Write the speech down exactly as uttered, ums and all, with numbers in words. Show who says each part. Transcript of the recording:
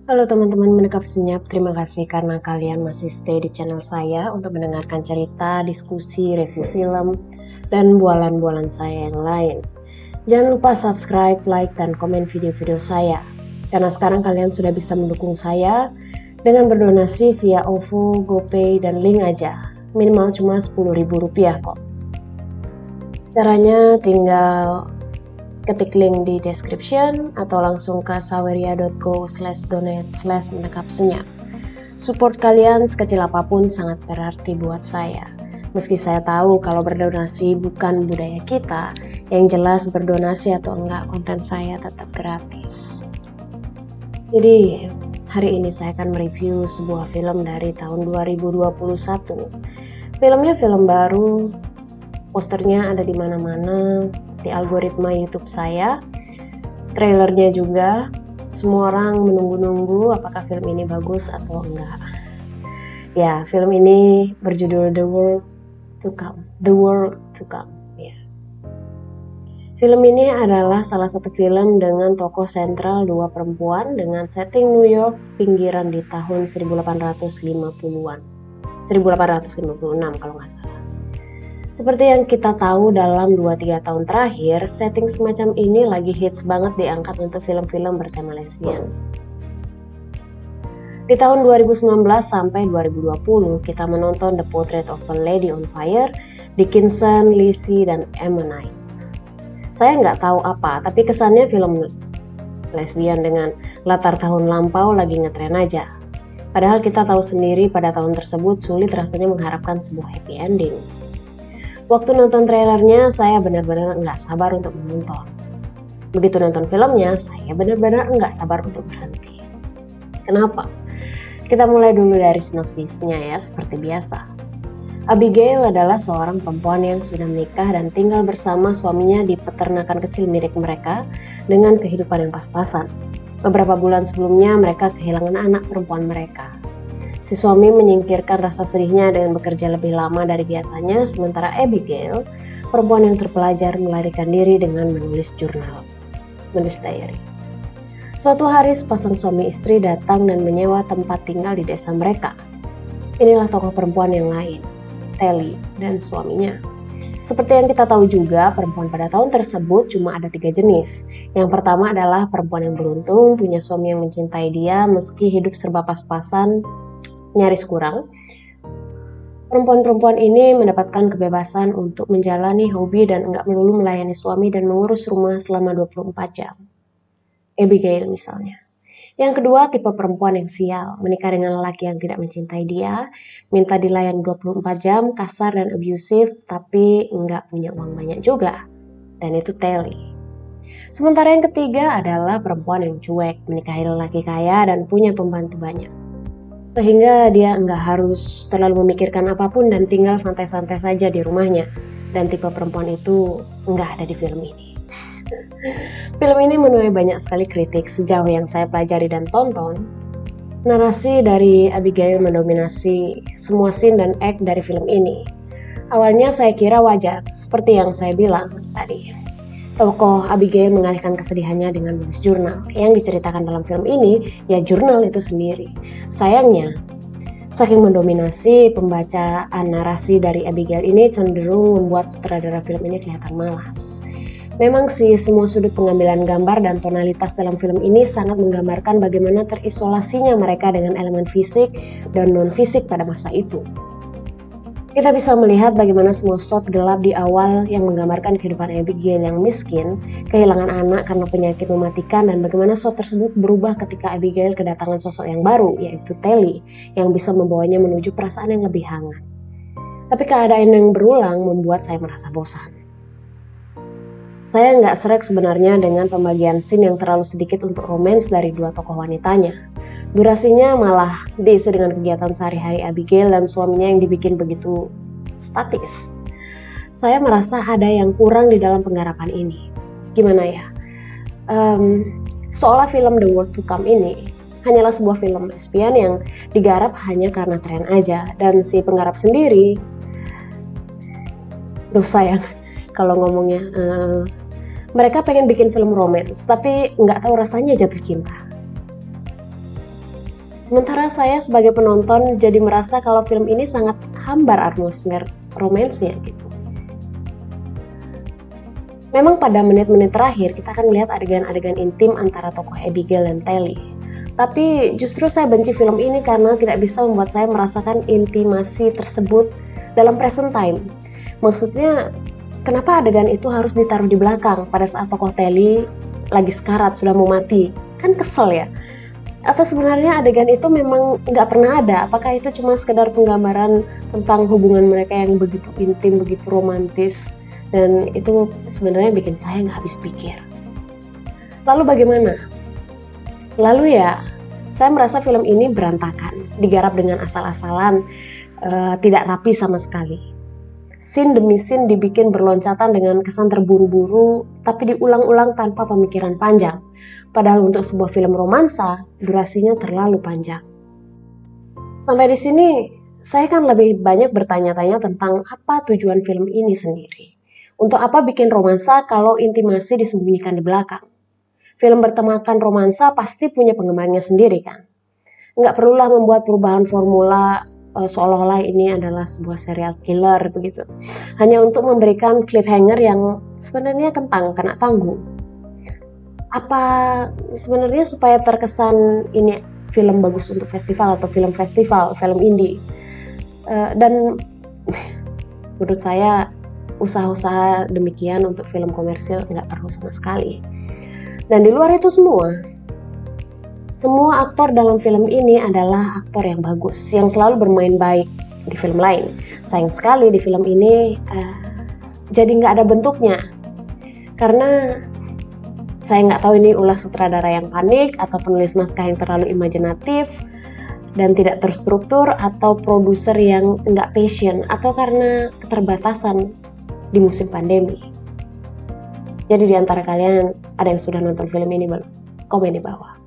Speaker 1: Halo teman-teman Menekap Senyap, terima kasih karena kalian masih stay di channel saya untuk mendengarkan cerita, diskusi, review film, dan bualan-bualan saya yang lain. Jangan lupa subscribe, like, dan komen video-video saya. Karena sekarang kalian sudah bisa mendukung saya dengan berdonasi via OVO, GoPay, dan link aja. Minimal cuma sepuluh ribu rupiah kok. Caranya tinggal ketik link di description atau langsung ke saweria dot co slash donate slash menekap senyap. Support kalian sekecil apapun sangat berarti buat saya. Meski saya tahu kalau berdonasi bukan budaya kita, yang jelas berdonasi atau enggak konten saya tetap gratis. Jadi hari ini saya akan mereview sebuah film dari tahun dua ribu dua puluh satu. Filmnya film baru, posternya ada di mana-mana di algoritma YouTube saya, trailernya juga. Semua orang menunggu-nunggu apakah film ini bagus atau enggak. Ya, film ini berjudul The World to Come. The World to Come. Ya. Film ini adalah salah satu film dengan tokoh sentral dua perempuan dengan setting New York pinggiran di tahun seribu delapan ratus lima puluhan. seribu delapan ratus lima puluh enam kalau nggak salah. Seperti yang kita tahu dalam dua tiga tahun terakhir, setting semacam ini lagi hits banget diangkat untuk film-film bertema lesbian. Di tahun dua ribu sembilan belas sampai dua ribu dua puluh, kita menonton The Portrait of a Lady on Fire, Dickinson, Lizzie, dan Ammonite. Saya nggak tahu apa, tapi kesannya film lesbian dengan latar tahun lampau lagi ngetren aja. Padahal kita tahu sendiri pada tahun tersebut sulit rasanya mengharapkan sebuah happy ending. Waktu nonton trailernya, saya benar-benar nggak sabar untuk menonton. Begitu nonton filmnya, saya benar-benar nggak sabar untuk berhenti. Kenapa? Kita mulai dulu dari sinopsisnya ya, seperti biasa. Abigail adalah seorang perempuan yang sudah menikah dan tinggal bersama suaminya di peternakan kecil milik mereka dengan kehidupan yang pas-pasan. Beberapa bulan sebelumnya, mereka kehilangan anak perempuan mereka. Si suami menyingkirkan rasa sedihnya dengan bekerja lebih lama dari biasanya, sementara Abigail, perempuan yang terpelajar, melarikan diri dengan menulis jurnal, menulis diary. Suatu hari sepasang suami istri datang dan menyewa tempat tinggal di desa mereka. Inilah tokoh perempuan yang lain, Telly dan suaminya. Seperti yang kita tahu juga, perempuan pada tahun tersebut cuma ada tiga jenis. Yang pertama adalah perempuan yang beruntung, punya suami yang mencintai dia meski hidup serba pas-pasan, nyaris kurang. Perempuan-perempuan ini mendapatkan kebebasan untuk menjalani hobi dan enggak melulu melayani suami dan mengurus rumah selama dua puluh empat jam. Abigail misalnya. Yang kedua, tipe perempuan yang sial, menikah dengan lelaki yang tidak mencintai dia, minta dilayani dua puluh empat jam, kasar dan abusive, tapi enggak punya uang banyak juga. Dan itu Telly. Sementara yang ketiga adalah perempuan yang cuek, menikahi lelaki kaya dan punya pembantu banyak. Sehingga dia nggak harus terlalu memikirkan apapun dan tinggal santai-santai saja di rumahnya. Dan tipe perempuan itu nggak ada di film ini. Film ini menuai banyak sekali kritik sejauh yang saya pelajari dan tonton. Narasi dari Abigail mendominasi semua scene dan act dari film ini. Awalnya saya kira wajar, seperti yang saya bilang tadi. Tokoh Abigail mengalihkan kesedihannya dengan menulis jurnal. Yang diceritakan dalam film ini, ya jurnal itu sendiri. Sayangnya, saking mendominasi pembacaan narasi dari Abigail ini cenderung membuat sutradara film ini kelihatan malas. Memang sih, semua sudut pengambilan gambar dan tonalitas dalam film ini sangat menggambarkan bagaimana terisolasinya mereka dengan elemen fisik dan non-fisik pada masa itu. Kita bisa melihat bagaimana semua shot gelap di awal yang menggambarkan kehidupan Abigail yang miskin, kehilangan anak karena penyakit mematikan, dan bagaimana shot tersebut berubah ketika Abigail kedatangan sosok yang baru, yaitu Telly, yang bisa membawanya menuju perasaan yang lebih hangat. Tapi keadaan yang berulang membuat saya merasa bosan. Saya nggak srek sebenarnya dengan pembagian scene yang terlalu sedikit untuk romance dari dua tokoh wanitanya. Durasinya malah diisi dengan kegiatan sehari-hari Abigail dan suaminya yang dibikin begitu statis. Saya merasa ada yang kurang di dalam penggarapan ini. Gimana ya? Um, seolah film The World to Come ini hanyalah sebuah film lesbian yang digarap hanya karena tren aja. Dan si penggarap sendiri, duh sayang kalau ngomongnya, uh, mereka pengen bikin film romance, tapi nggak tahu rasanya jatuh cinta. Sementara saya sebagai penonton jadi merasa kalau film ini sangat hambar atmosfer romansnya gitu. Memang pada menit-menit terakhir kita akan melihat adegan-adegan intim antara tokoh Abigail dan Telly. Tapi justru saya benci film ini karena tidak bisa membuat saya merasakan intimasi tersebut dalam present time. Maksudnya, kenapa adegan itu harus ditaruh di belakang pada saat tokoh Telly lagi sekarat, sudah mau mati? Kan kesel ya? Atau sebenarnya adegan itu memang nggak pernah ada? Apakah itu cuma sekedar penggambaran tentang hubungan mereka yang begitu intim, begitu romantis? Dan itu sebenarnya bikin saya nggak habis pikir. Lalu bagaimana? Lalu ya, saya merasa film ini berantakan, digarap dengan asal-asalan, uh, tidak rapi sama sekali. Scene demi scene dibikin berloncatan dengan kesan terburu-buru, tapi diulang-ulang tanpa pemikiran panjang. Padahal untuk sebuah film romansa, durasinya terlalu panjang. Sampai di sini, saya kan lebih banyak bertanya-tanya tentang apa tujuan film ini sendiri. Untuk apa bikin romansa kalau intimasi disembunyikan di belakang? Film bertemakan romansa pasti punya penggemarnya sendiri kan? Nggak perlulah membuat perubahan formula uh, seolah-olah ini adalah sebuah serial killer begitu. Hanya untuk memberikan cliffhanger yang sebenarnya kentang kena tanggung. Apa sebenarnya supaya terkesan ini film bagus untuk festival atau film festival, film indie? Uh, dan menurut saya usaha-usaha demikian untuk film komersil nggak perlu sama sekali. Dan di luar itu semua, semua aktor dalam film ini adalah aktor yang bagus, yang selalu bermain baik di film lain. Sayang sekali di film ini uh, jadi nggak ada bentuknya, karena saya nggak tahu ini ulah sutradara yang panik atau penulis naskah yang terlalu imajinatif dan tidak terstruktur, atau produser yang nggak passion, atau karena keterbatasan di musim pandemi. Jadi di antara kalian ada yang sudah nonton film ini belum? Komen di bawah.